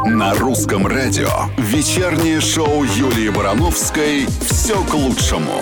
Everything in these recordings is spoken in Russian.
На русском радио вечернее шоу Юлии Барановской «Все к лучшему».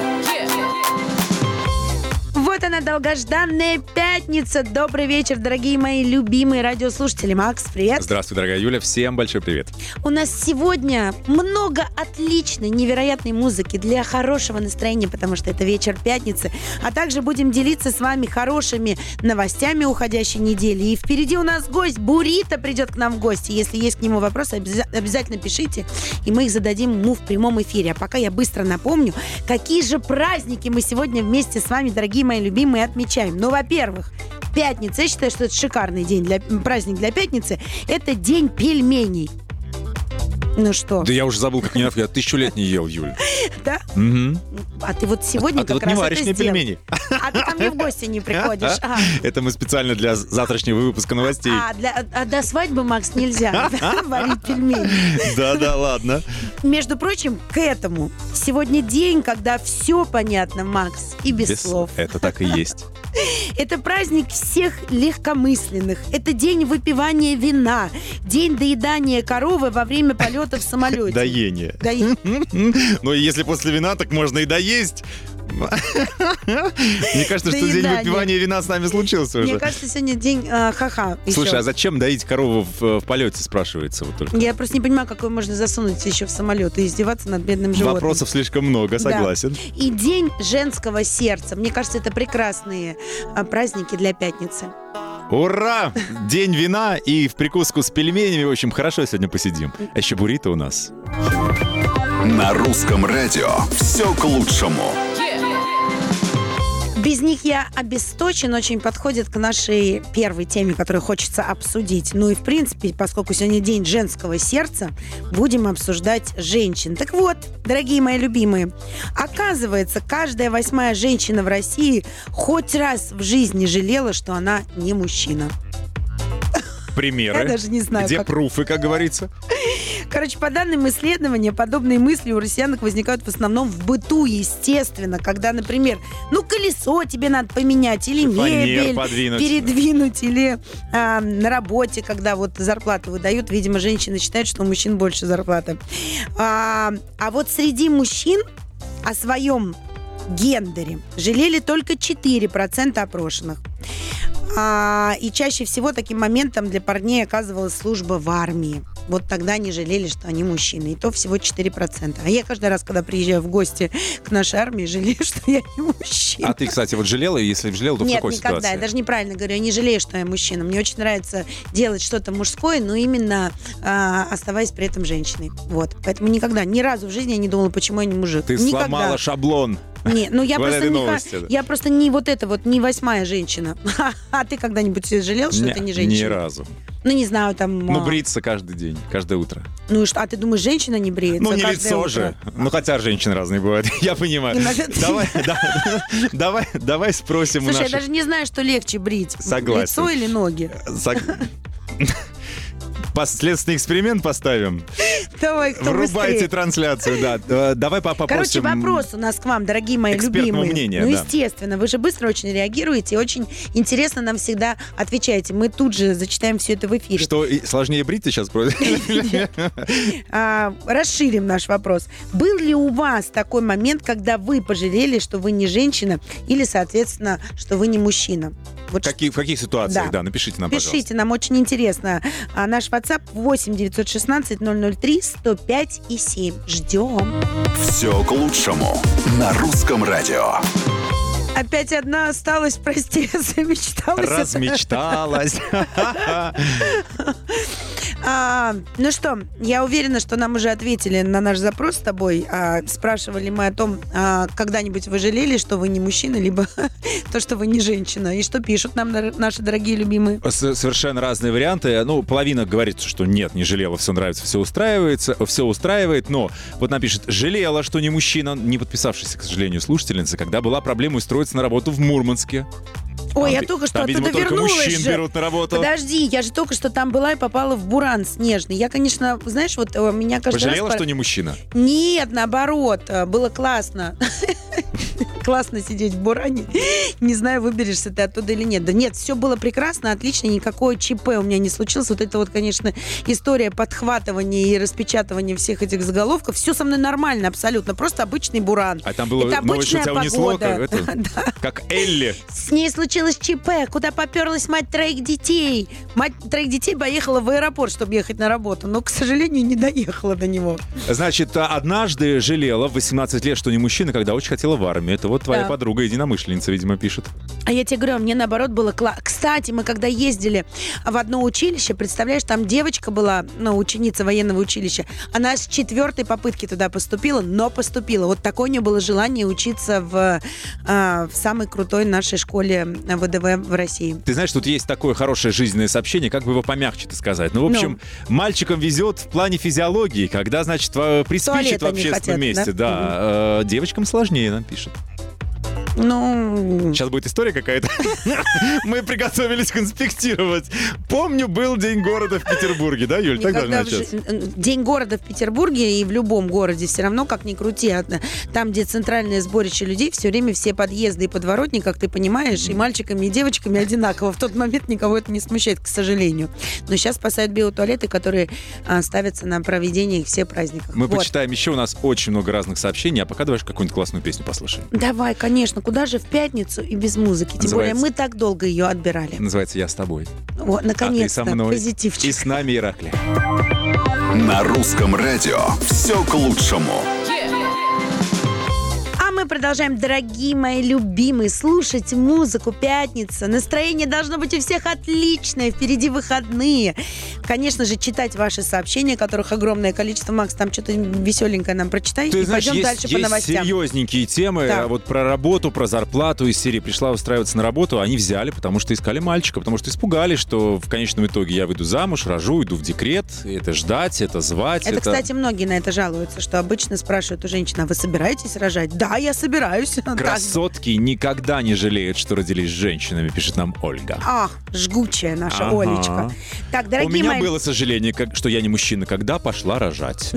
Вот она, долгожданная пятница. Добрый вечер, дорогие мои любимые радиослушатели. Макс, привет. Здравствуй, дорогая Юля. Всем большой привет. У нас сегодня много отличной, невероятной музыки для хорошего настроения, потому что это вечер пятницы. А также будем делиться с вами хорошими новостями уходящей недели. И впереди у нас гость. Бурито придет к нам в гости. Если есть к нему вопросы, обязательно пишите, и мы их зададим ему в прямом эфире. А пока я быстро напомню, какие же праздники мы сегодня вместе с вами, дорогие мои любимые, отмечаем. Ну, во-первых, пятница. Я считаю, что это шикарный день, праздник для пятницы. Это день пельменей. Ну что? Да я уже забыл, как я 1000 лет не ел, Юль. Да? Угу. А ты вот сегодня ты как вот раз не варишь это мне сделал. пельмени. А ты ко мне в гости не приходишь. Это мы специально для завтрашнего выпуска новостей. А до свадьбы, Макс, нельзя варить пельмени. Да, ладно. Между прочим, к этому сегодня день, когда все понятно, Макс, и без слов. Это так и есть. Это праздник всех легкомысленных. Это день выпивания вина. День доедания коровы во время полета в самолете. Доение. Ну, если после вина, так можно и доесть. Мне кажется, что день выпивания вина с нами случился уже. Мне кажется, сегодня день ха-ха. Слушай, а зачем доить корову в полете, спрашивается вот только. Я просто не понимаю, какое можно засунуть еще в самолет и издеваться над бедным животным. Вопросов слишком много, согласен. Да. И день женского сердца. Мне кажется, это прекрасные праздники для пятницы. Ура! День вина и в прикуску с пельменями. В общем, хорошо сегодня посидим. А еще буррито у нас. На русском радио «Все к лучшему». Без них я обесточен, очень подходит к нашей первой теме, которую хочется обсудить. Ну и, в принципе, поскольку сегодня день женского сердца, будем обсуждать женщин. Так вот, дорогие мои любимые, оказывается, каждая 8-я женщина в России хоть раз в жизни жалела, что она не мужчина. Примеры. Я даже не знаю, где пруфы, как говорится. Короче, по данным исследования, подобные мысли у россиянок возникают в основном в быту, естественно. Когда, например, колесо тебе надо поменять, или мебель передвинуть, или на работе, когда вот зарплату выдают, видимо, женщины считают, что у мужчин больше зарплаты. А вот среди мужчин о своем гендере жалели только 4% опрошенных. И чаще всего таким моментом для парней оказывалась служба в армии. Вот тогда они жалели, что они мужчины. И то всего 4%. А я каждый раз, когда приезжаю в гости к нашей армии, жалею, что я не мужчина. А ты, кстати, вот жалела? Если жалела, то в какой ситуации? Нет, никогда. Я даже неправильно говорю. Я не жалею, что я мужчина. Мне очень нравится делать что-то мужское, но именно оставаясь при этом женщиной. Вот. Поэтому никогда, ни разу в жизни я не думала, почему я не мужик. Ты сломала шаблон. Не, я просто не вот это вот, не 8-я женщина. А ты когда-нибудь жалел, что ты не женщина? Ни разу. Не знаю, там... бриться каждый день, каждое утро. Ну и что, а ты думаешь, женщина не бреется? Не лицо же. Хотя женщины разные бывают, я понимаю. Давай спросим у наших... Слушай, я даже не знаю, что легче брить. Согласен. Лицо или ноги? Следственный эксперимент поставим. Давай, кто Врубайте быстрее. трансляцию, да. Давай попросим. Короче, вопрос у нас к вам, дорогие мои любимые. Мнения, естественно, вы же быстро очень реагируете, и очень интересно нам всегда отвечаете. Мы тут же зачитаем все это в эфире. Что, сложнее брить сейчас? Расширим наш вопрос. Был ли у вас такой момент, когда вы пожалели, что вы не женщина, или, соответственно, что вы не мужчина? В каких ситуациях? Да, напишите нам, пожалуйста. Пишите, нам очень интересно. Наш WhatsApp 8-916-003-105-7. Ждем. Все к лучшему на русском радио. Опять одна осталась, прости, замечталась. Размечталась. Ну что, я уверена, что нам уже ответили на наш запрос с тобой. Спрашивали мы о том, когда-нибудь вы жалели, что вы не мужчина, либо то, что вы не женщина. И что пишут нам наши дорогие любимые? Совершенно разные варианты. Половина говорит, что нет, не жалела, все нравится, все устраивает. Но вот нам пишет, жалела, что не мужчина, не подписавшийся, к сожалению, слушательница, когда была проблема устроиться на работу в Мурманске. Ой, я только что оттуда вернулась же. Мужчин берут на работу. Подожди, я же только что там была и попала в буран снежный. Я, конечно, знаешь, вот меня каждый раз... Пожалела, что не мужчина? Нет, наоборот, было классно. классно сидеть в буране. Не знаю, выберешься ты оттуда или нет. Да нет, все было прекрасно, отлично, никакое ЧП у меня не случилось. Вот это вот, конечно, история подхватывания и распечатывания всех этих заголовков. Все со мной нормально абсолютно, просто обычный буран. А там было, это тебя унесло, как Элли. С ней случилось ЧП, куда поперлась мать 3 детей. Мать 3 детей поехала в аэропорт, чтобы ехать на работу, но, к сожалению, не доехала до него. Значит, однажды жалела в 18 лет, что не мужчина, когда очень хотела в армию. Это вот твоя подруга, единомышленница, видимо, пишет. А я тебе говорю, мне наоборот было классно. Кстати, мы когда ездили в одно училище, представляешь, там девочка была, ученица военного училища, она с 4-й попытки туда поступила, но поступила. Вот такое у нее было желание учиться в самой крутой нашей школе ВДВ в России. Ты знаешь, тут есть такое хорошее жизненное сообщение, как бы его помягче-то сказать. Ну, в общем, мальчикам везет в плане физиологии, когда, значит, приспичит в общественном месте. Да. Девочкам сложнее, нам пишет. Сейчас будет история какая-то. Мы приготовились конспектировать. Помню, был День города в Петербурге, да, Юль? Так должно начаться. День города в Петербурге и в любом городе все равно, как ни крути, там, где центральное сборище людей, все время все подъезды и подворотни, как ты понимаешь, и мальчиками, и девочками одинаково. В тот момент никого это не смущает, к сожалению. Но сейчас спасают биотуалеты, которые ставятся на проведение всех праздников. Мы почитаем еще, у нас очень много разных сообщений, а пока давай какую-нибудь классную песню послушаем. Давай, конечно. Куда же в пятницу и без музыки? Тем более мы так долго ее отбирали. Называется «Я с тобой». Вот, наконец-то, а ты со мной. позитивчик. И с нами Ираклий. На русском радио все к лучшему. Мы продолжаем, дорогие мои любимые, слушать музыку. Пятница. Настроение должно быть у всех отличное. Впереди выходные. Конечно же, читать ваши сообщения, которых огромное количество. Макс, там что-то веселенькое нам прочитай. Ты и знаешь, пойдем дальше по новостям. Есть серьезненькие темы. Да. Вот про работу, про зарплату из серии «Пришла устраиваться на работу». Они взяли, потому что искали мальчика, потому что испугались, что в конечном итоге я выйду замуж, рожу, иду в декрет. Это ждать, это звать. Это, кстати, многие на это жалуются, что обычно спрашивают у женщин: а вы собираетесь рожать? Да, я собираюсь. Красотки никогда не жалеют, что родились с женщинами, пишет нам Ольга. Жгучая наша Олечка. Так, дорогие мои... У меня было сожаление, что я не мужчина, когда пошла рожать.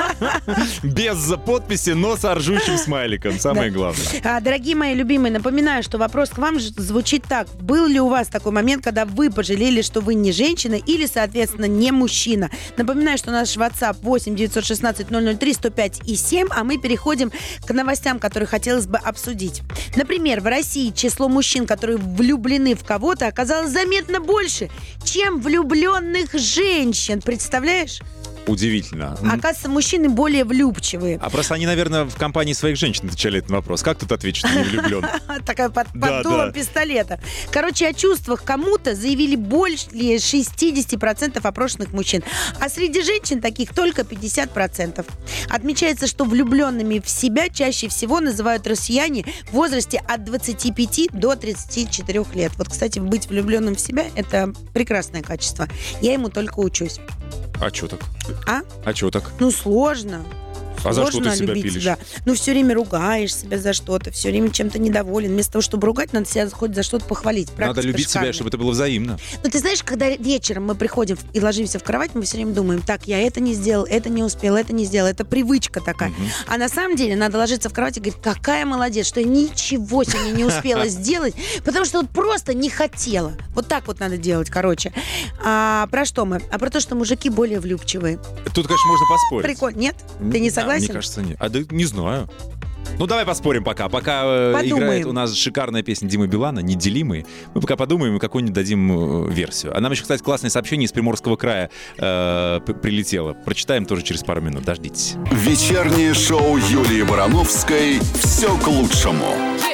Без подписи, но с ржущим смайликом. Самое главное. Дорогие мои любимые, напоминаю, что вопрос к вам звучит так. Был ли у вас такой момент, когда вы пожалели, что вы не женщина или, соответственно, не мужчина? Напоминаю, что наш WhatsApp 8 916 003 105 и 7, а мы переходим к новостям, которые хотелось бы обсудить. Например, в России число мужчин, которые влюблены в кого-то, оказалось заметно больше, чем влюбленных женщин. Представляешь? Удивительно. Оказывается, мужчины более влюбчивые. А просто они, наверное, в компании своих женщин отвечали этот вопрос. Как тут ответить, что не влюблен? Такая под дулом пистолета. Короче, о чувствах кому-то заявили больше 60% опрошенных мужчин. А среди женщин таких только 50%. Отмечается, что влюбленными в себя чаще всего называют россияне в возрасте от 25 до 34 лет. Вот, кстати, быть влюбленным в себя – это прекрасное качество. Я ему только учусь. А чё так? А чё так? Сложно. А за что ты себя пилишь? Себя. Все время ругаешь себя за что-то, все время чем-то недоволен. Вместо того, чтобы ругать, надо себя хоть за что-то похвалить. Надо любить себя, чтобы это было взаимно. Ты знаешь, когда вечером мы приходим и ложимся в кровать, мы все время думаем: так, я это не сделал, это не успел, это не сделал. Это привычка такая. А на самом деле надо ложиться в кровать и говорить: какая молодец, что я ничего сегодня не успела сделать, потому что просто не хотела. Вот так вот надо делать, короче. Про что мы? Про то, что мужики более влюбчивые. Тут, конечно, можно поспорить. Прикольно. Нет? Ты не согласен? Мне кажется, нет. Да не знаю. Давай поспорим пока играет у нас шикарная песня Димы Билана «Неделимые». Мы пока подумаем и какую-нибудь дадим версию. А нам еще, кстати, классное сообщение из Приморского края прилетело. Прочитаем тоже через пару минут. Дождитесь. Вечернее шоу Юлии Барановской «Все к лучшему».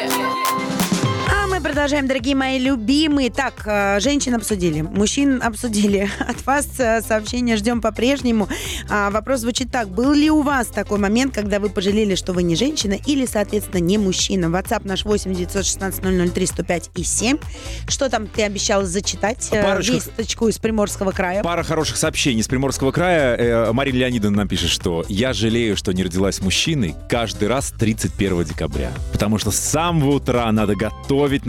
Продолжаем, дорогие мои любимые. Так, женщин обсудили, мужчин обсудили. От вас сообщения ждем по-прежнему. Вопрос звучит так. Был ли у вас такой момент, когда вы пожалели, что вы не женщина или, соответственно, не мужчина? WhatsApp наш 8 916 003 105 и 7. Что там ты обещала зачитать? Весточку из Приморского края. Пара хороших сообщений из Приморского края. Марина Леонидовна нам пишет, что «Я жалею, что не родилась мужчиной каждый раз 31 декабря. Потому что с самого утра надо готовить на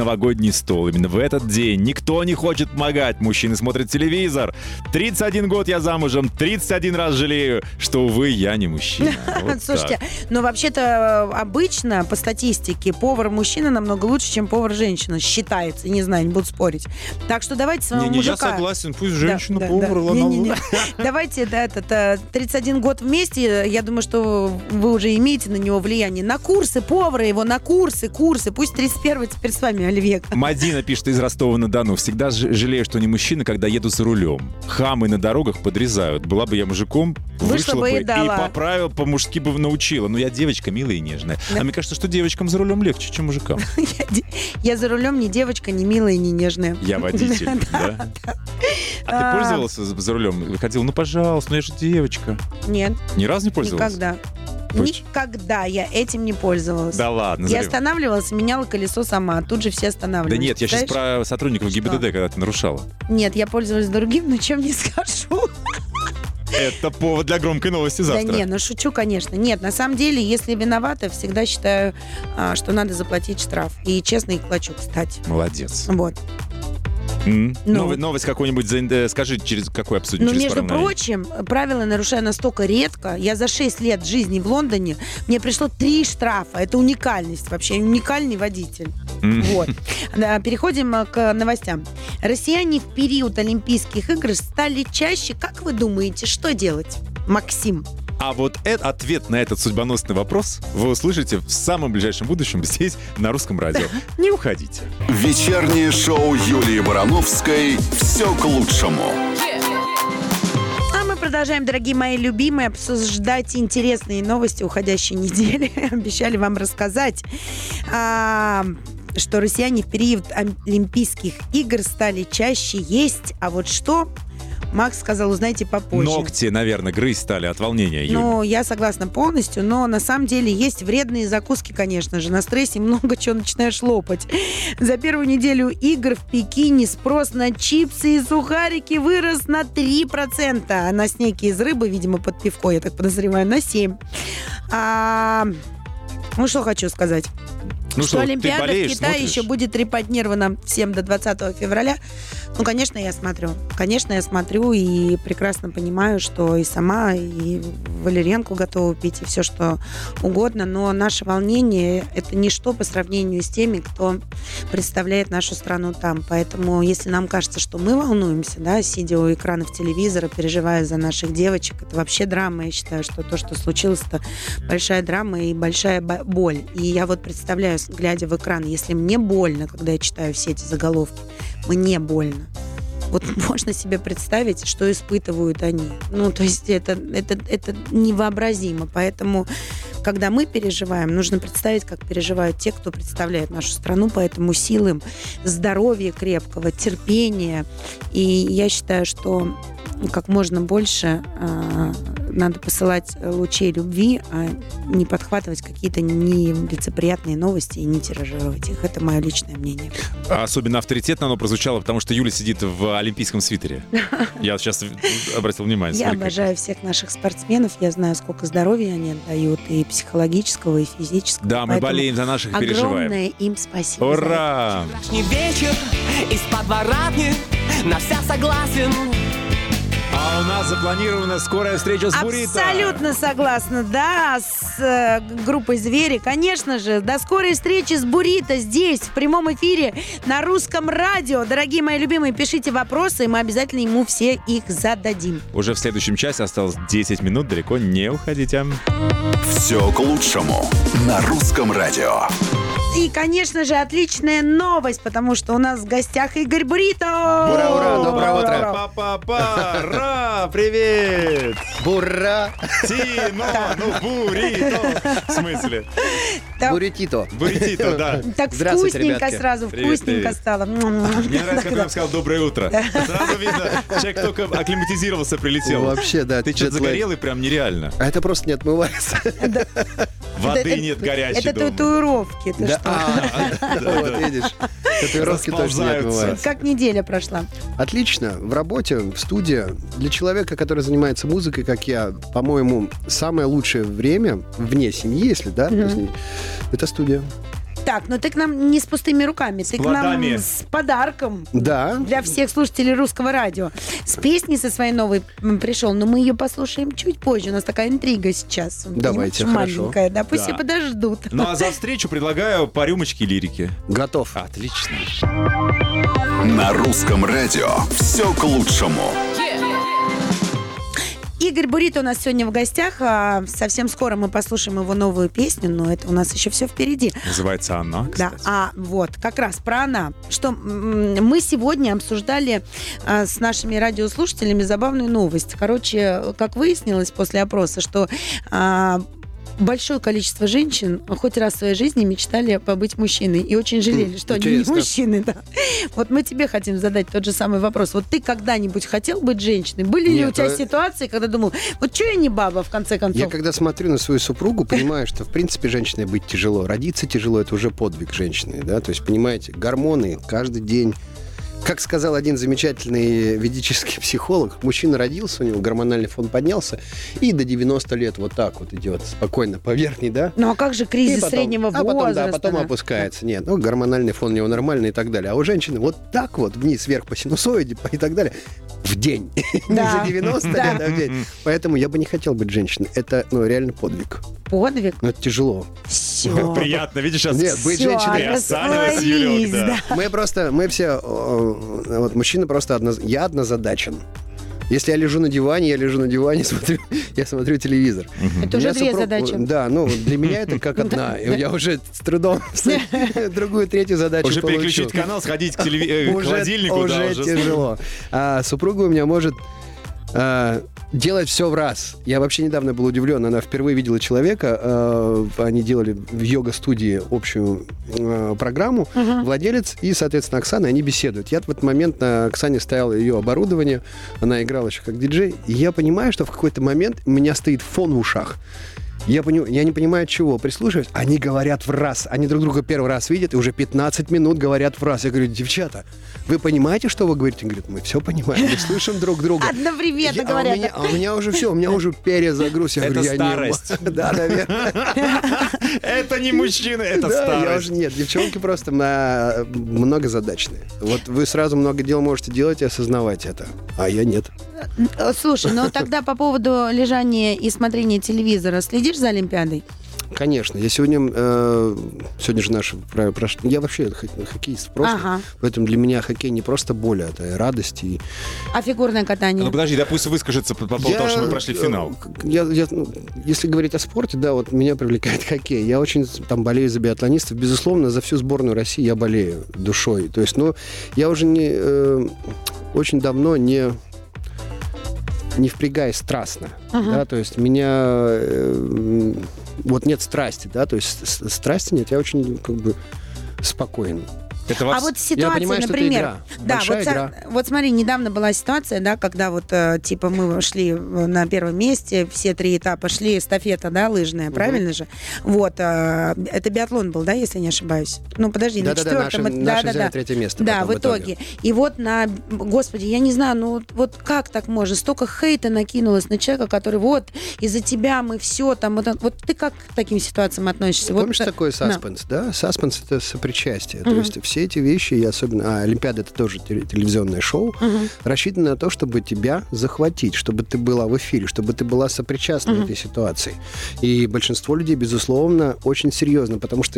новогодний стол. Именно в этот день никто не хочет помогать. Мужчины смотрят телевизор. 31 год я замужем, 31 раз жалею, что, увы, я не мужчина. Вот слушайте, но вообще-то обычно по статистике повар-мужчина намного лучше, чем повар-женщина. Считается, не знаю, не буду спорить. Так что давайте своего мужика... Я согласен, пусть женщина-повар. Давайте, 31 год вместе, я думаю, что вы уже имеете на него влияние. На курсы повара его, на курсы. Пусть 31-й теперь с вами, Оливье. Мадина пишет из Ростова-на-Дону. Всегда жалею, что не мужчина, когда еду за рулем. Хамы на дорогах подрезают. Была бы я мужиком, вышла бы и поправил, по-мужски бы научила. Но я девочка милая и нежная. Да. А мне кажется, что девочкам за рулем легче, чем мужикам. Я за рулем не девочка, не милая, не нежная. Я водитель, да? А ты пользовался за рулем? Ходил, пожалуйста, я же девочка. Нет. Ни разу не пользовалась? Никогда. Никогда я этим не пользовалась. Да ладно. Я останавливалась, меняла колесо сама. Тут же все останавливались. Да нет, я сейчас про сотрудников ГИБДД, когда ты нарушала. Нет, я пользовалась другим, но чем не скажу. Это повод для громкой новости завтра. Да не, шучу, конечно. Нет, на самом деле, если виновата, всегда считаю, что надо заплатить штраф. И честно их плачу, кстати. Молодец. Вот. Новость какую-нибудь скажи, через какую обсудим? Между прочим, правила нарушаю настолько редко. Я за 6 лет жизни в Лондоне, мне пришло 3 штрафа. Это уникальность вообще, уникальный водитель. Вот. Переходим к новостям. Россияне в период Олимпийских игр стали чаще. Как вы думаете, что делать, Максим? А вот ответ на этот судьбоносный вопрос вы услышите в самом ближайшем будущем здесь, на Русском радио. Не уходите. Вечернее шоу Юлии Барановской «Все к лучшему». А мы продолжаем, дорогие мои любимые, обсуждать интересные новости уходящей недели. Обещали вам рассказать, что россияне в период Олимпийских игр стали чаще есть. А вот что... Макс сказал, узнаете попозже. Ногти, наверное, грызть стали от волнения, Юля. Ну, я согласна полностью, но на самом деле есть вредные закуски, конечно же. На стрессе много чего начинаешь лопать. За первую неделю игр в Пекине спрос на чипсы и сухарики вырос на 3%, а на снеки из рыбы, видимо, под пивко, я так подозреваю, на 7%. Ну, что хочу сказать. Что Олимпиада в Китае еще будет трепать нервы нам всем до 20 февраля. Ну, конечно, я смотрю. Конечно, я смотрю и прекрасно понимаю, что и сама, и валерьянку готова пить, и все, что угодно. Но наше волнение – это ничто по сравнению с теми, кто представляет нашу страну там. Поэтому, если нам кажется, что мы волнуемся, да, сидя у экранов телевизора, переживая за наших девочек, это вообще драма. Я считаю, что то, что случилось, это большая драма и большая боль. И я вот представляю, глядя в экран, если мне больно, когда я читаю все эти заголовки, мне больно. Вот можно себе представить, что испытывают они. Ну, то есть это невообразимо. Поэтому, когда мы переживаем, нужно представить, как переживают те, кто представляет нашу страну. Поэтому сил им, здоровья крепкого, терпения. И я считаю, что как можно больше надо посылать лучей любви, а не подхватывать какие-то нелицеприятные новости и не тиражировать их. Это мое личное мнение. Особенно авторитетно оно прозвучало, потому что Юля сидит в олимпийском свитере. Я сейчас обратил внимание. Я обожаю всех наших спортсменов. Я знаю, сколько здоровья они отдают, и психологического, и физического. Да, мы болеем за наших и переживаем. Огромное им спасибо. Ура! Вчерашний вечер из подворотни на вся согласен. А у нас запланирована скорая встреча с Бурито. Абсолютно согласна, да, с группой «Звери». Конечно же, до скорой встречи с Бурито здесь, в прямом эфире, на Русском радио. Дорогие мои любимые, пишите вопросы, и мы обязательно ему все их зададим. Уже в следующем часе осталось 10 минут, далеко не уходите. Все к лучшему на Русском радио. И, конечно же, отличная новость, потому что у нас в гостях Игорь Бурито. Ура-ура, доброе утро. Па-па-па-ра, привет. Бура. Тино, Бурито. В смысле? Буритито. Буритито, да. Так вкусненько сразу, вкусненько стало. Мне нравится, как он сказал «доброе утро». Сразу видно, человек только акклиматизировался, прилетел. Вообще, да. Ты что-то загорелый, прям нереально. А это просто не отмывается. Воды нет горячей дома. Это татуировки, ты что? Вот, видишь, татуировки точно не отмываются. Как неделя прошла? Отлично. В работе, в студии. Для человека, который занимается музыкой, как я, по-моему, самое лучшее время вне семьи, если, да, это студия. Так, но ты к нам не с пустыми руками, ты плодами. К нам с подарком. Да. Для всех слушателей Русского радио. С песней со своей новой пришел, но мы ее послушаем чуть позже. У нас такая интрига сейчас. Давайте, понимаешь, хорошо. маленькая, да, пусть Да. все подождут. Ну а за встречу предлагаю по рюмочке лирики. Готов. Отлично. На русском радио все к лучшему. Игорь Бурито у нас сегодня в гостях. Совсем скоро мы послушаем его новую песню, но это у нас еще все впереди. Называется «Она», Да, кстати. вот, как раз про «Она». Что мы сегодня обсуждали с нашими радиослушателями забавную новость. Короче, как выяснилось после опроса, что большое количество женщин хоть раз в своей жизни мечтали побыть мужчиной и очень жалели, что они не интересно. мужчины. Да. Вот мы тебе хотим задать тот же самый вопрос. Вот ты когда-нибудь хотел быть женщиной? Были ли Нет, у тебя ситуации, когда думал, вот что я не баба, в конце концов? Я когда смотрю на свою супругу, понимаю, что, в принципе, женщине быть тяжело. Родиться тяжело, это уже подвиг женщины, да? То есть, понимаете, гормоны каждый день. Как сказал один замечательный ведический психолог, мужчина родился, у него гормональный фон поднялся, и до 90 лет вот так вот идет, спокойно по верхней, да? Ну а как же кризис И потом- среднего возраста? потом опускается. Нет, ну, гормональный фон у него нормальный и так далее. А у женщины вот так вот, вниз, вверх по синусоиде и так далее, в день. Не Да. за 90 Да. лет, а в день. Поэтому я бы не хотел быть женщиной. Это, реально подвиг. Подвиг? Но это тяжело. Все. Приятно, видишь, сейчас Нет, быть женщиной. приосанилась, Юлек, да. Мы все, вот мужчины просто, я однозадачен. Если я лежу на диване, я смотрю телевизор. Это У уже меня две супруг- задачи. Да, ну, для меня это как одна. И я уже с трудом другую, третью задачу Уже получил. переключить канал, сходить к холодильнику. да, Уже тяжело. А супруга у меня может делать все в раз. Я вообще недавно был удивлен. Она впервые видела человека. Они делали в йога-студии общую программу. Владелец и, соответственно, Оксана, они беседуют. Я в этот момент на Оксане ставил ее оборудование. Она играла еще как диджей. И я понимаю, что в какой-то момент у меня стоит фон в ушах. Я не понимаю, от чего. Прислушиваюсь, они говорят в раз. Они друг друга первый раз видят, и уже 15 минут говорят в раз. Я говорю, девчата, вы понимаете, что вы говорите? Они говорят, мы все понимаем, мы слышим друг друга. Одновременно А говорят. у меня уже все, у меня уже перезагруз. Я Это говорю, я не старость. могу. Да, наверное. Это не мужчина, это Да, я старость. уже нет. Девчонки просто многозадачные. Вот вы сразу много дел можете делать и осознавать это. А я нет. Слушай, ну тогда по поводу лежания и смотрения телевизора. Следишь за Олимпиадой? Конечно. Я сегодня же наш... Я вообще хоккеист в прошлом. Ага. Поэтому для меня хоккей не просто боль, это радость. И А фигурное катание? Ну подожди, да пусть выскажется по поводу того, что мы прошли финал. Если говорить о спорте, да, вот меня привлекает хоккей. Я очень там болею за биатлонистов. Безусловно, за всю сборную России я болею душой. То есть, я уже очень давно не впрягаюсь страстно. Да, то есть меня вот нет страсти, да, то есть страсти нет, я очень спокоен. Это А вот ситуация, понимаю, что это например, игра. да, Большая игра. вот смотри, недавно была ситуация, да, когда вот типа мы шли на первом месте, все 3 этапа шли, эстафета, да, лыжная, правильно же? Вот, это биатлон был, да, если не ошибаюсь? Ну, подожди, на Да-да-да, 4-м... наши взяли 3-е место. Да, потом в итоге. И вот господи, я не знаю, ну вот как так можно? Столько хейта накинулось на человека, который вот, из-за тебя мы все там... Вот ты как к таким ситуациям относишься? Помнишь вот, такой саспенс, да? Саспенс — это сопричастие. То есть все эти вещи, и особенно... Олимпиада — это тоже телевизионное шоу, рассчитано на то, чтобы тебя захватить, чтобы ты была в эфире, чтобы ты была сопричастна этой ситуации. И большинство людей, безусловно, очень серьезно, потому что,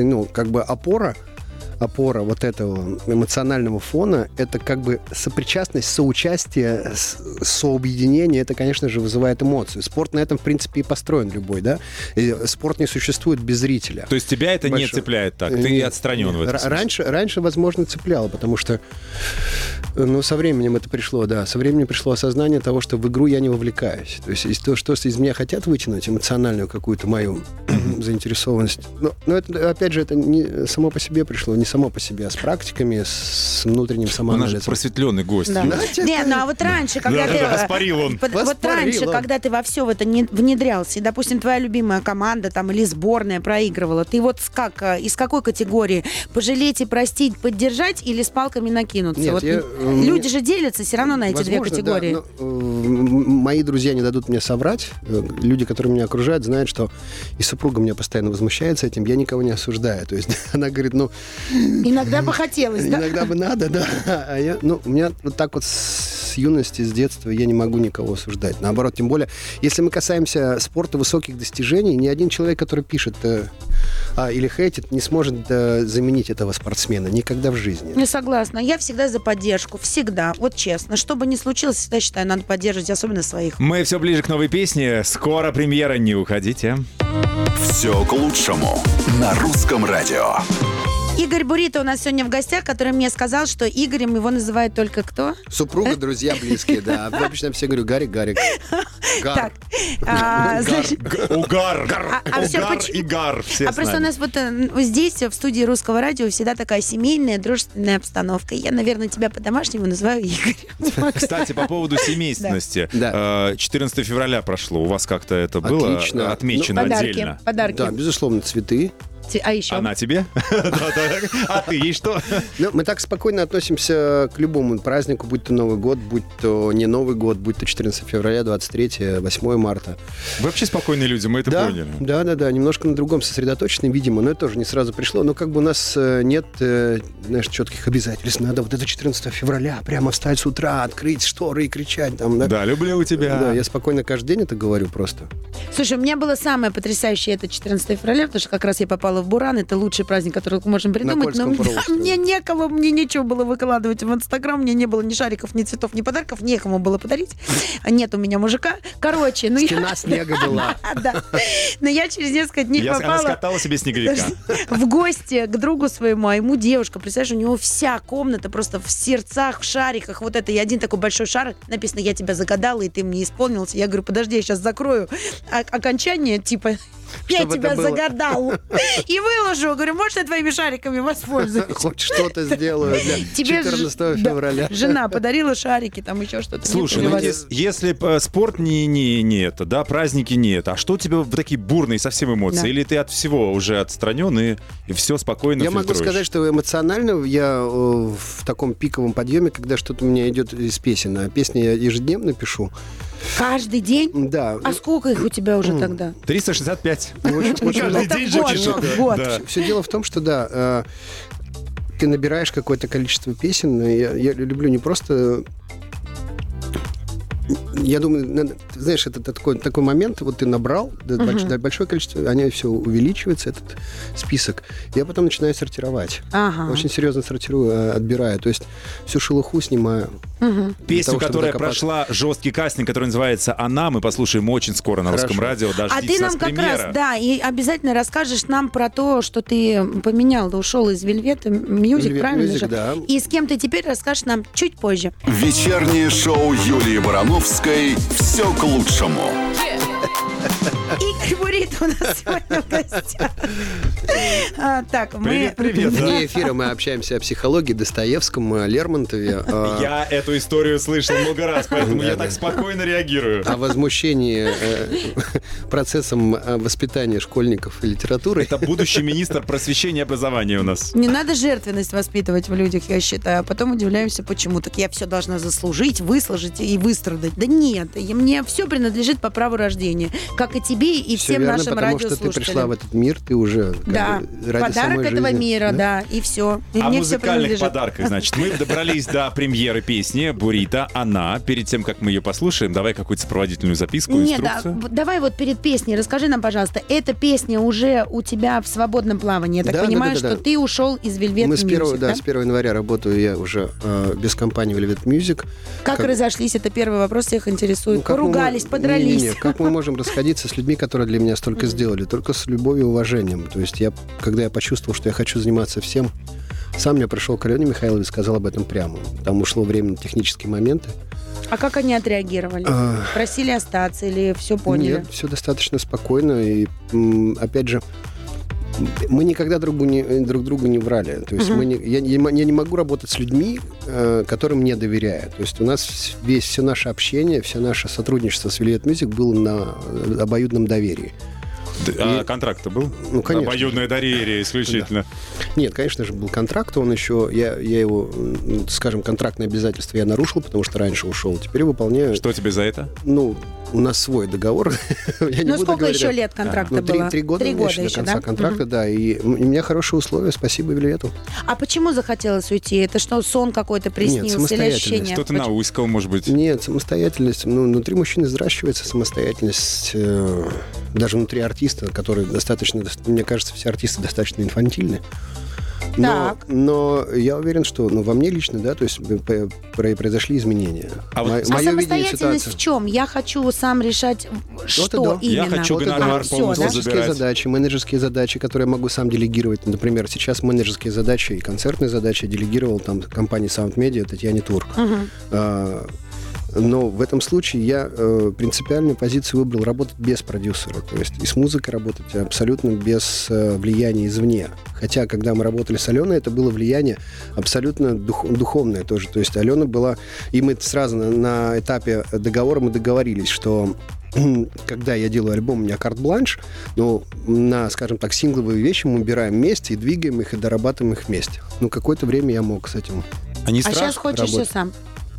опора вот этого эмоционального фона, это как бы сопричастность, соучастие, сообъединение, это, конечно же, вызывает эмоцию. Спорт на этом, в принципе, и построен любой, да? И спорт не существует без зрителя. То есть тебя это не цепляет так? Ты отстранен в этом смысле? Раньше, возможно, цепляло, потому что со временем это пришло, да. Со временем пришло осознание того, что в игру я не вовлекаюсь. То есть то, что из меня хотят вытянуть, эмоциональную какую-то мою заинтересованность. Но это, опять же, это не само по себе пришло, не само по себе, а с практиками, с внутренним самоанализом. Он же просветленный гость. Да. Не, ну а вот раньше, когда ты... Воспарил он. Вот раньше, когда ты во все в это внедрялся, и, допустим, твоя любимая команда там или сборная проигрывала, ты вот из какой категории? Пожалеть и простить, поддержать или с палками накинуться? Нет, вот люди же делятся все равно на эти две категории. Да, мои друзья не дадут мне соврать. Люди, которые меня окружают, знают, что и супруга меня постоянно возмущается этим. Я никого не осуждаю. То есть она говорит, иногда бы хотелось, да? Иногда бы надо, да. А у меня вот так вот с юности, с детства я не могу никого осуждать. Наоборот, тем более, если мы касаемся спорта высоких достижений, ни один человек, который пишет или хейтит, не сможет заменить этого спортсмена никогда в жизни. Я согласна. Я всегда за поддержку. Всегда. Вот честно. Что бы ни случилось, всегда считаю, надо поддерживать, особенно своих. Мы все ближе к новой песне. Скоро премьера, не уходите. Все к лучшему на Русском радио. Игорь Бурито у нас сегодня в гостях, который мне сказал, что Игорем его называют только кто? Супруга, друзья близкие, да. Обычно все говорю, Гарик. Так. Угар и гар. А просто у нас вот здесь, в студии Русского радио, всегда такая семейная, дружественная обстановка. Я, наверное, тебя по-домашнему называю Игорем. Кстати, по поводу семейственности. 14 февраля прошло. У вас как-то это было отмечено отдельно? Подарки. Да, безусловно, цветы. А еще? Она тебе? А ты ей что? Мы так спокойно относимся к любому празднику, будь то Новый год, будь то не Новый год, будь то 14 февраля, 23, 8 марта. Вы вообще спокойные люди, мы это поняли. Да. Немножко на другом сосредоточены, видимо, но это тоже не сразу пришло. Но как бы у нас нет, знаешь, четких обязательств. Надо вот это 14 февраля прямо встать с утра, открыть шторы и кричать. Да, люблю тебя. Да, я спокойно каждый день это говорю просто. Слушай, у меня было самое потрясающее это 14 февраля, потому что как раз я попала в Буран, это лучший праздник, который мы можем придумать, но мне некого, мне нечего было выкладывать в Инстаграм, мне не было ни шариков, ни цветов, ни подарков, некому было подарить. Нет у меня мужика. Короче, стена снега была. Да. Но я через несколько дней попала... Я скатала себе снеговика. В гости к другу своему, а ему девушка, представляешь, у него вся комната просто в сердцах, в шариках, вот это, и один такой большой шарик, написано, я тебя загадала, и ты мне исполнился. Я говорю, подожди, я сейчас закрою окончание, типа... Я тебя загадал. И выложу. Говорю, можешь я твоими шариками воспользуюсь? Хоть что-то сделаю для 14 февраля. Жена подарила шарики, там еще что-то. Слушай, если спорт не это, да, праздники не это, а что у тебя такие бурные совсем эмоции? Или ты от всего уже отстранен и все спокойно фильтруешь? Я могу сказать, что эмоционально я в таком пиковом подъеме, когда что-то у меня идет из песен. А песни я ежедневно пишу. Каждый день? Да. А сколько их у тебя уже тогда? 365. Каждый день же пишу. Все дело в том, что да, ты набираешь какое-то количество песен. Я люблю не просто... Я думаю, знаешь, это такой момент, вот ты набрал большое количество, они все увеличивается, этот список. Я потом начинаю сортировать. Очень серьезно сортирую, отбираю. То есть всю шелуху снимаю. Песню, которая прошла жесткий кастинг, который называется «Она», мы послушаем очень скоро на Русском радио. А ты нам как раз, да, и обязательно расскажешь нам про то, что ты поменял, ушел из Velvet Music, правильно же? Да. И с кем ты теперь расскажешь нам чуть позже. Вечернее шоу Юлии Барановской «Все к лучшему». Игорь Бурито у нас сегодня в гостях. Привет. Вне эфира мы общаемся о психологии, Достоевском, Лермонтове. Я эту историю слышал много раз, поэтому я так спокойно реагирую. О возмущении процессом воспитания школьников и литературы. Это будущий министр просвещения и образования у нас. Не надо жертвенность воспитывать в людях, я считаю. А потом удивляемся, почему. Так я все должна заслужить, выслужить и выстрадать. Да нет, мне все принадлежит по праву рождения. Как и тебе, и всем верно, нашим радиослушателям. Потому что ты пришла в этот мир, ты уже ради подарок этого жизни. Мира, да, и все. И о мне музыкальных все подарках, значит. Мы добрались до премьеры песни «Бурито», «Она». Перед тем, как мы ее послушаем, давай какую-то сопроводительную записку, инструкцию. Нет, давай вот перед песней расскажи нам, пожалуйста, эта песня уже у тебя в свободном плавании. Я так понимаю, что ты ушел из Velvet Music, Мы с 1 января работаю я уже без компании Velvet Music. Как разошлись? Это первый вопрос, всех интересует. Поругались, подрались? Нет, как мы можем расходиться с людьми, которые для меня столько сделали? Только с любовью и уважением. То есть когда я почувствовал, что я хочу заниматься всем, сам мне пришел к Алене Михайловой и сказал об этом прямо. Там ушло время на технические моменты. А как они отреагировали? Просили остаться или все поняли? Нет, все достаточно спокойно. И, опять же, Мы никогда друг другу не врали. То есть я не могу работать с людьми, которым не доверяю. То есть у нас все наше общение, все наше сотрудничество с Velvet Music было на обоюдном доверии. А контракт-то был? Ну, конечно. Обоюдное доверие исключительно. Да. Нет, конечно же, был контракт. Он еще, я его, скажем, контрактные обязательства я нарушил, потому что раньше ушел. Теперь выполняю. Что тебе за это? Ну, у нас свой договор. Ну, сколько еще лет контракта было? 3 года еще до конца контракта, да. И у меня хорошие условия. Спасибо Вельвету. А почему захотелось уйти? Это что, сон какой-то приснился или ощущение? Что-то науськал, может быть? Нет, самостоятельность. Ну, внутри мужчины взращивается самостоятельность. Даже внутри артиста, который достаточно, мне кажется, все артисты достаточно инфантильны. Но я уверен, что во мне лично, да, то есть произошли изменения. А самостоятельность в чем? Я хочу сам решать, что именно. Я хочу гонорар полностью забирать. Менеджерские задачи, которые я могу сам делегировать. Например, сейчас менеджерские задачи и концертные задачи делегировал там компании Sound Media Татьяне Турк. Но в этом случае я принципиальную позицию выбрал работать без продюсера. То есть и с музыкой работать абсолютно без влияния извне. Хотя, когда мы работали с Аленой, это было влияние абсолютно духовное тоже. То есть Алена была... И мы сразу на этапе договора мы договорились, что когда я делаю альбом, у меня карт-бланш, но на, скажем так, сингловые вещи мы убираем вместе и двигаем их, и дорабатываем их вместе. Ну, какое-то время я мог с этим А сейчас хочешь все сам?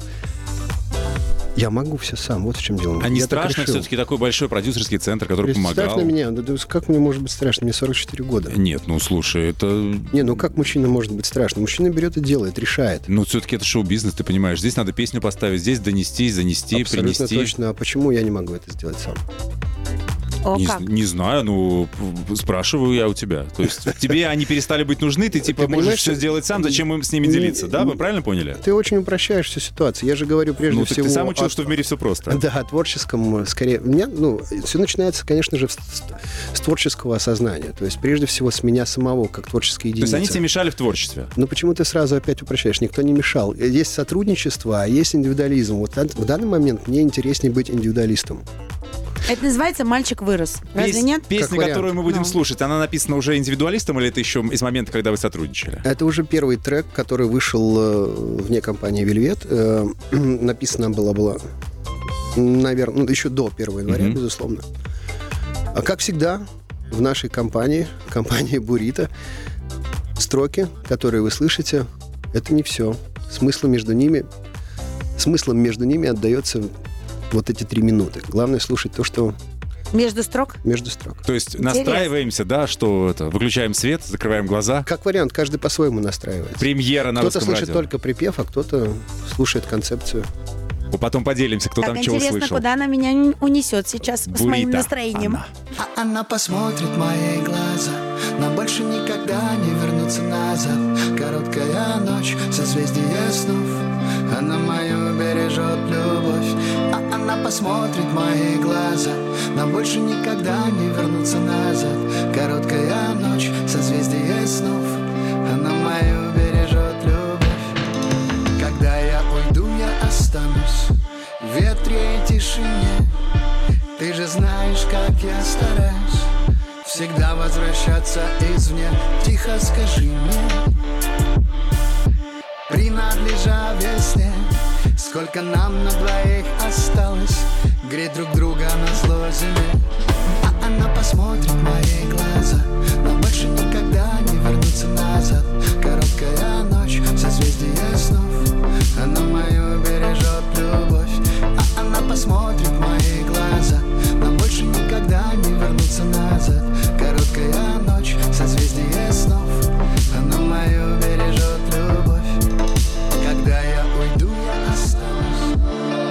Я могу все сам, вот в чем дело. А не страшно все-таки такой большой продюсерский центр, который помогал? Страшно меня? Да, как мне может быть страшно? Мне 44 года. Нет, ну слушай, это... Не, ну как мужчина может быть страшно? Мужчина берет и делает, решает. Ну все-таки это шоу-бизнес, ты понимаешь. Здесь надо песню поставить, здесь донести, занести, абсолютно принести. Точно. А почему я не могу это сделать сам? Не знаю, ну, спрашиваю я у тебя. То есть тебе они перестали быть нужны, ты типа можешь все сделать сам, зачем им с ними делиться, да? Вы правильно поняли? Ты очень упрощаешь всю ситуацию. Я же говорю прежде всего... ты сам учил, что в мире все просто. Да, о творческом, скорее... все начинается, конечно же, с творческого осознания. То есть прежде всего с меня самого, как творческой единицы. То есть они тебе мешали в творчестве? Ну почему ты сразу опять упрощаешь? Никто не мешал. Есть сотрудничество, а есть индивидуализм. Вот в данный момент мне интереснее быть индивидуалистом. Это называется «Мальчик вырос». Разве нет? Песня, которую мы будем слушать, она написана уже индивидуалистом или это еще из момента, когда вы сотрудничали? Это уже первый трек, который вышел вне компании Velvet. Написана была, наверное, еще до 1 января, безусловно. А как всегда, в нашей компании Burrito, строки, которые вы слышите, это не все. Смыслом между ними отдается вот эти 3 минуты. Главное слушать то, что... Между строк? Между строк. То есть настраиваемся, да, что это, выключаем свет, закрываем глаза? Как вариант, каждый по-своему настраивается. Премьера на русском радио. Кто-то слышит только припев, а кто-то слушает концепцию. Потом поделимся, кто там чего слышал. Интересно, куда она меня унесет сейчас с моим настроением. Она посмотрит в мои глаза, но больше никогда не вернуться назад. Короткая ночь, созвездие снов, она мою бережет любовь. Она посмотрит в мои глаза, но больше никогда не вернуться назад. Короткая ночь, созвездие снов, она мою бережет любовь. Когда я уйду, я останусь в ветре и тишине. Ты же знаешь, как я стараюсь всегда возвращаться извне. Тихо скажи мне, принадлежа весне, сколько нам на двоих осталось греть друг друга на зло зиме. Она посмотрит в мои глаза, но больше никогда не вернуться назад. Короткая ночь, созвездие снов, она мою бережет любовь. Она посмотрит в мои глаза, но больше никогда не вернуться назад. Короткая ночь, созвездие снов, она мою бережет любовь. Когда я уйду, я останусь.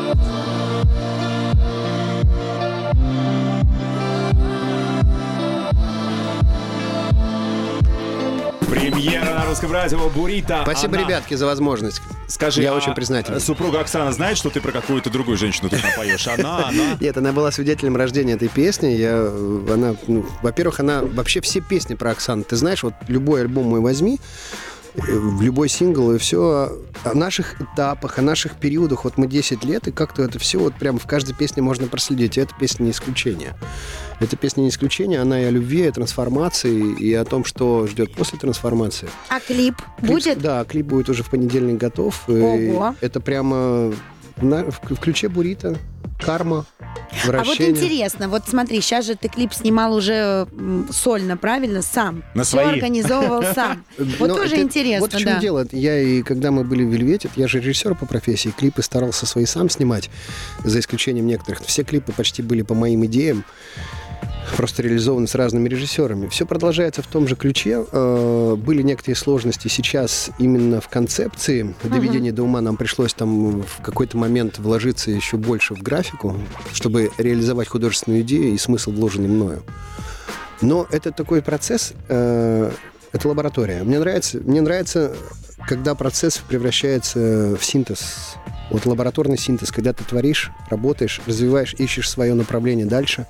Премьера на русском радио Burrito. Спасибо, ребятки, за возможность. Скажи, я очень признателен. Супруга Оксана знает, что ты про какую-то другую женщину тут напоешь? Она? Нет, она была свидетелем рождения этой песни. Во-первых, она вообще все песни про Оксану. Ты знаешь, вот любой альбом мой возьми, в любой сингл, и все о наших этапах, о наших периодах. Вот мы 10 лет, и как-то это все вот прямо в каждой песне можно проследить. И эта песня не исключение. Эта песня не исключение, она и о любви, и о трансформации, и о том, что ждет после трансформации. А клип будет? Да, клип будет уже в понедельник готов. Ого. Это прямо в ключе Бурито, карма, вращение. А вот интересно, вот смотри, сейчас же ты клип снимал уже сольно, правильно? Сам. На Все свои. организовывал сам. Вот тоже интересно, Вот в чем дело. Когда мы были в «Вельвете», я же режиссер по профессии, клипы старался свои сам снимать, за исключением некоторых. Все клипы почти были по моим идеям, просто реализованы с разными режиссерами. Все продолжается в том же ключе. Были некоторые сложности сейчас именно в концепции доведения до ума. Нам пришлось там в какой-то момент вложиться еще больше в графику, чтобы реализовать художественную идею и смысл, вложенный мною. Но это такой процесс, это лаборатория. Мне нравится, когда процесс превращается в синтез. Вот лабораторный синтез, когда ты творишь, работаешь, развиваешь, ищешь свое направление дальше.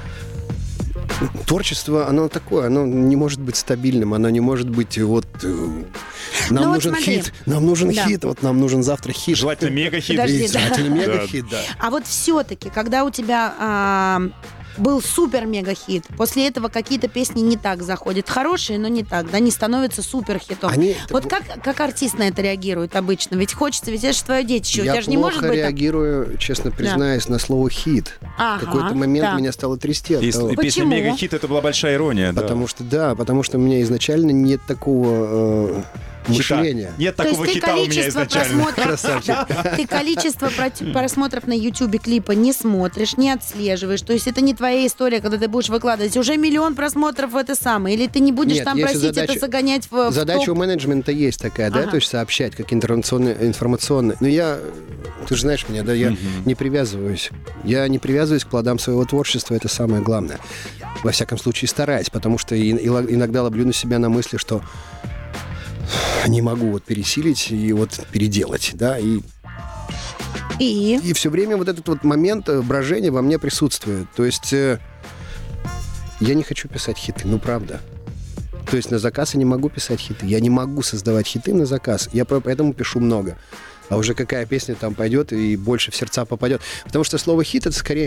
Творчество, оно такое, оно не может быть стабильным, оно не может быть нам нужен хит, вот нам нужен завтра хит. Желательно мега-хит. Подожди, Желательно мега-хит, да. А вот все-таки, когда у тебя был супер-мега-хит, после этого какие-то песни не так заходят. Хорошие, но не так, да, не становятся супер-хитом. Вот как артист на это реагирует обычно? Ведь хочется, ведь это же твое детище. У тебя же не может быть так. Я плохо реагирую, честно признаюсь, на слово «хит». В какой-то момент меня стало трясти от того. И песня «Мега-хит» — это была большая ирония. Потому что у меня изначально нет такого мышления. Нет такого хита у меня изначально. Ты количество просмотров на YouTube клипа не смотришь, не отслеживаешь. То есть это не твоя история, когда ты будешь выкладывать уже 1 миллион просмотров в это самое. Или ты не будешь там просить это загонять в задача топ. у менеджмента есть такая, да, то есть сообщать как информационно. Но ты же знаешь меня, да, я не привязываюсь. Я не привязываюсь к плодам своего творчества, это самое главное. Во всяком случае стараюсь, потому что иногда ловлю на себя на мысли, что не могу пересилить и переделать, да, и все время вот этот момент брожения во мне присутствует. То есть я не хочу писать хиты, правда. То есть на заказ я не могу писать хиты, я не могу создавать хиты на заказ, я поэтому пишу много. А уже какая песня там пойдет и больше в сердца попадет. Потому что слово «хит» — это скорее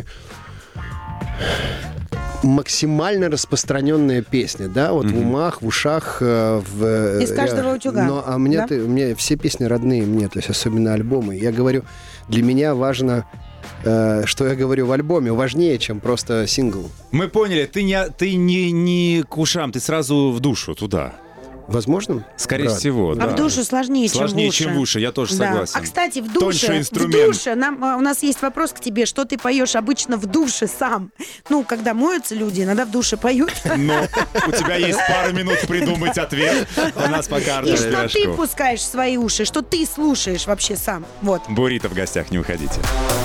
максимально распространенная песня, да, в умах, в ушах, из каждого утюга. А мне все песни родные мне, то есть особенно альбомы. Я говорю, для меня важно, что я говорю в альбоме, важнее, чем просто сингл. Мы поняли, ты не к ушам, ты сразу в душу туда. Возможно? Скорее всего, да. А в душу сложнее, чем в уши. Сложнее, чем в уши, я тоже согласен. А, кстати, в Тоньше инструмент. в душе у нас есть вопрос к тебе. Что ты поешь обычно в душе сам? Когда моются люди, иногда в душе поют. Но у тебя есть пару минут придумать ответ. У нас пока Артур И что Пирожков. ты пускаешь в свои уши? Что ты слушаешь вообще сам? Вот. Бурито в гостях, не уходите.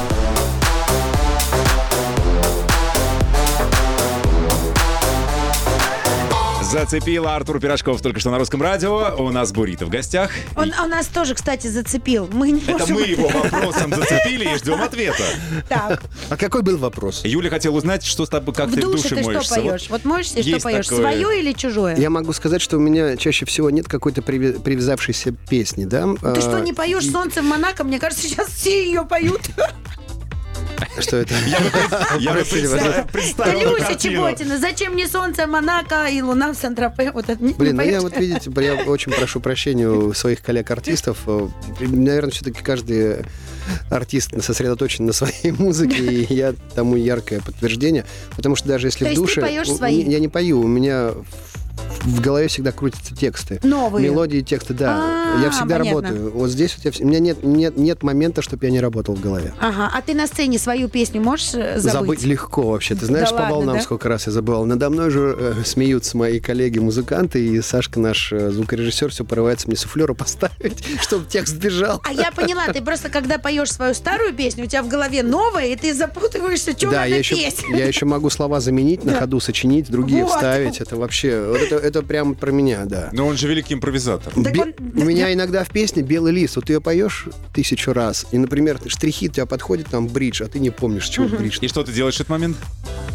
Зацепила Артур Пирожков только что на Русском радио. У нас Бурито в гостях. Он нас тоже, кстати, зацепил. Мы не Это можем... мы его вопросом зацепили и ждем ответа. Так. А какой был вопрос? Юля хотела узнать, что с тобой, как В ты в душе душе ты моешься. что поешь? Вот моешься, и что есть поешь? такое. Свое или чужое? Я могу сказать, что у меня чаще всего нет какой-то привязавшейся песни, да? Ты что, не поешь «Солнце в Монако»? Мне кажется, сейчас все ее поют. Что это? Я бы представил Люся картину. Чеботина, зачем мне солнце Монако и луна в Сан-Тропе? Вот это не Блин, поешь? видите, я очень прошу прощения у своих коллег-артистов. Наверное, все-таки каждый артист сосредоточен на своей музыке, и я тому яркое подтверждение. Потому что даже если То в есть душе... ты поешь свои? Я не пою, у меня в голове всегда крутятся тексты. Новые? Мелодии, тексты, да. Я всегда понятно. работаю. Вот здесь у меня нет момента, чтобы я не работал в голове. Ага, а ты на сцене свою песню можешь забыть? Легко вообще. Ты знаешь, Да по ладно, волнам да? сколько раз я забывал. Надо мной же смеются мои коллеги-музыканты, и Сашка, наш звукорежиссер, все порывается мне суфлера поставить, чтобы текст бежал. А я поняла, ты просто когда поешь свою старую песню, у тебя в голове новая, и ты запутываешься, что Да, надо я петь. еще могу слова заменить, на ходу сочинить, другие Вот. вставить. Это вообще... Это прямо про меня, да. Но он же великий импровизатор. Так он- У меня иногда в песне «Белый лист». Вот ты ее поешь 1000 раз, и, например, штрихи у тебя подходят, там, бридж, а ты не помнишь, чего бридж. И что ты делаешь в этот момент?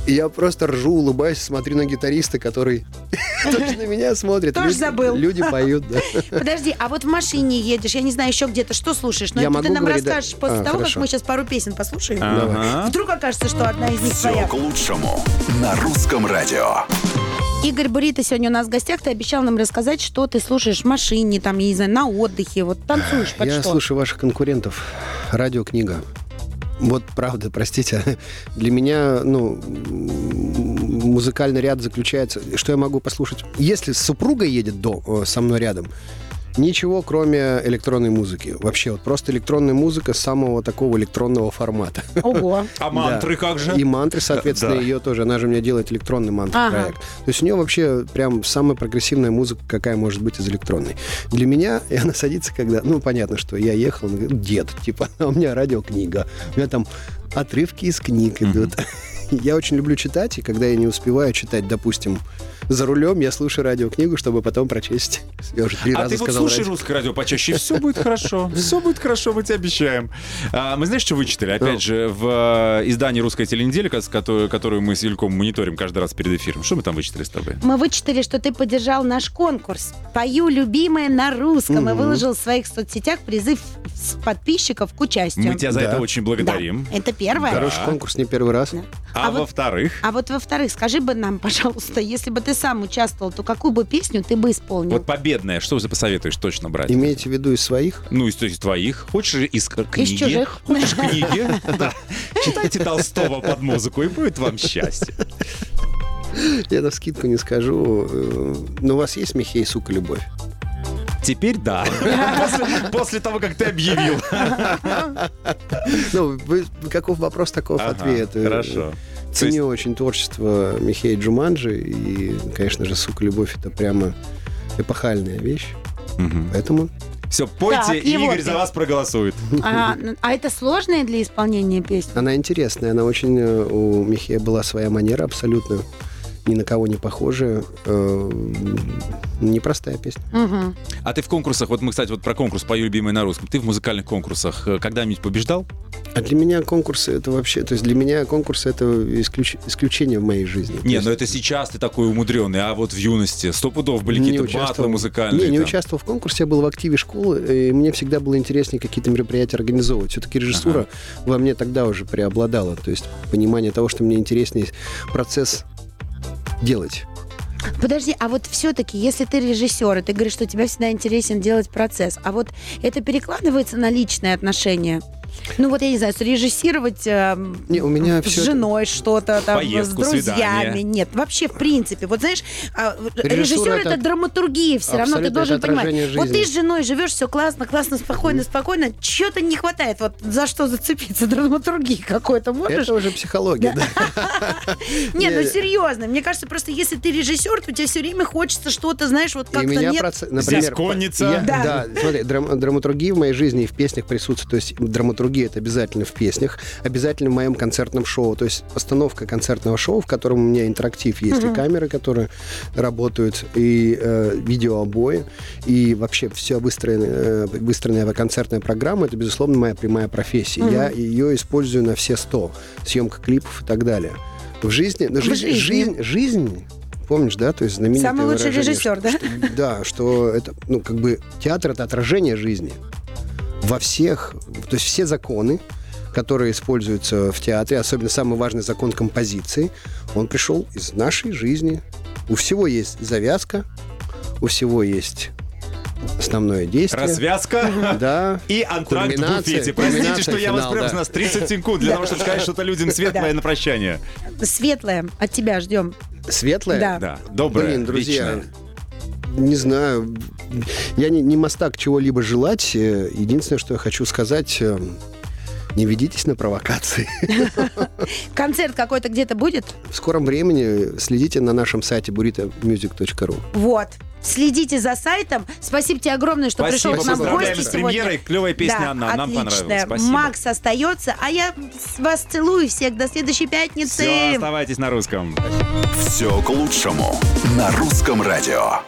Я просто ржу, улыбаюсь, смотрю на гитариста, который точно меня смотрит. Тоже забыл. Люди поют, да. Подожди, а вот в машине едешь, я не знаю, еще где-то, что слушаешь? Но Я это могу ты нам говорить, да. расскажешь после того, хорошо. как мы сейчас пару песен послушаем. Ага. Вдруг окажется, что одна из них Все твоя. к лучшему на русском радио. Игорь Бурито сегодня у нас в гостях. Ты обещал нам рассказать, что ты слушаешь в машине, там, я не знаю, на отдыхе. Вот танцуешь под Я что? слушаю ваших конкурентов. Радиокнига. Вот правда, простите, для меня, музыкальный ряд заключается, что я могу послушать. Если супруга едет со мной рядом, ничего, кроме электронной музыки. Вообще, вот просто электронная музыка самого такого электронного формата. Ого. А мантры как же? И мантры, соответственно, Да. ее тоже. Она же у меня делает электронный мантр-проект. Ага. То есть у нее вообще прям самая прогрессивная музыка, какая может быть из электронной. Для меня, и она садится, когда... понятно, что я ехал, она говорит, дед, типа, у меня радиокнига. У меня там отрывки из книг идут. Я очень люблю читать, и когда я не успеваю читать, допустим, за рулем, я слушаю радиокнигу, чтобы потом прочесть. Я уже 3 А раза ты вот сказал слушай радио. русское радио почаще, и все будет хорошо. Все будет хорошо, мы тебе обещаем. Мы знаешь, что вычитали? Опять же, в издании «Русская теленеделя», которую мы с Ильком мониторим каждый раз перед эфиром. Что мы там вычитали с тобой? Мы вычитали, что ты поддержал наш конкурс «Пою любимое на русском» и выложил в своих соцсетях призыв подписчиков к участию. Мы тебя за Да. это очень благодарим. Да, это первое. Хороший конкурс, не первый раз. А вот- во-вторых, А вот во-вторых, скажи бы нам, пожалуйста, если бы ты сам участвовал, то какую бы песню ты бы исполнил? вот победное, что ты посоветуешь точно брать? Имеете в виду из своих? Ну, из твоих. Хочешь из книги? чужих. Хочешь книги? Да. Читайте Толстого под музыку, и будет вам счастье. Я навскидку не скажу. Но у вас есть Михей, сука, любовь? Теперь да. После того, как ты объявил. Каков вопрос, таков Ага, ответ. хорошо. Ценю очень творчество Михея Джуманджи. И, конечно же, сука, любовь — это прямо эпохальная вещь. Поэтому Все, пойте, Так, и его Игорь за пей. вас проголосует. А это сложная для исполнения песня? она интересная. Она очень... У Михея была своя манера абсолютно. Ни на кого не похожая. Непростая песня. Угу. А ты в конкурсах, вот мы, кстати, вот про конкурс «Пою любимый на русском», ты в музыкальных конкурсах когда-нибудь побеждал? А для меня конкурсы — это вообще... То есть для меня конкурсы — это исключение в моей жизни. То Не, есть но это сейчас ты такой умудренный, а вот в юности 100 пудов были какие-то батлы музыкальные. Не там. участвовал в конкурсе, я был в активе школы, и мне всегда было интереснее какие-то мероприятия организовывать. Все-таки режиссура во мне тогда уже преобладала. То есть понимание того, что мне интереснее процесс делать. Подожди, а вот все-таки, если ты режиссер, и ты говоришь, что тебе всегда интересен делать процесс, а вот это перекладывается на личные отношения? Ну вот, я не знаю, срежиссировать Не, у меня с всё женой что-то, там, Поездку, с друзьями. свидание. Нет, вообще, в принципе. Вот знаешь, Режиссура режиссер — это это драматургия все равно. Ты абсолютно должен это понимать. отражение Вот ты жизни. с женой живешь, все классно, спокойно. Чего-то не хватает. Вот за что зацепиться? Драматургии какой-то можешь? Это уже психология, да. Нет, ну серьезно. Мне кажется, просто если ты режиссер, то тебе все время хочется что-то, знаешь, вот И как-то меня, нет. например, Здесь конница. я- Да. Да, смотри, драматургия в моей жизни и в песнях присутствует. То есть драматургия — это обязательно в песнях, обязательно в моем концертном шоу. То есть постановка концертного шоу, в котором у меня интерактив есть, и камеры, которые работают, и видеообои, и вообще вся выстроенная концертная программа — это, безусловно, моя прямая профессия. Я ее использую на все 100. Съемка клипов и так далее. В жизни... Жизнь, помнишь, да? То есть знаменитое Самый лучший выражение, режиссер, да? Да, что это, театр — это отражение жизни во всех, то есть все законы, которые используются в театре, особенно самый важный закон композиции, он пришел из нашей жизни. У всего есть завязка, у всего есть основное действие. Развязка Да. и антракт в Кульминация, буфете. Простите, кульминация, что я вас финал, прям да. у нас 30 секунд для того, чтобы сказать что-то людям светлое на прощание. Светлое от тебя ждем. Светлое? Да. Да, доброе, Блин, друзья, вечное. не знаю. Я не мастак чего-либо желать. Единственное, что я хочу сказать, не ведитесь на провокации. Концерт какой-то где-то будет? В скором времени следите на нашем сайте buritomusic.ru. Вот. Следите за сайтом. Спасибо тебе огромное, что Спасибо, пришел к нам в поздравляем гости с сегодня. премьерой. Клевая песня, Да, Анна, нам отличная. понравилась. Спасибо. Макс остается, а я вас целую всех до следующей пятницы. Все, оставайтесь на русском. Все к лучшему на русском радио.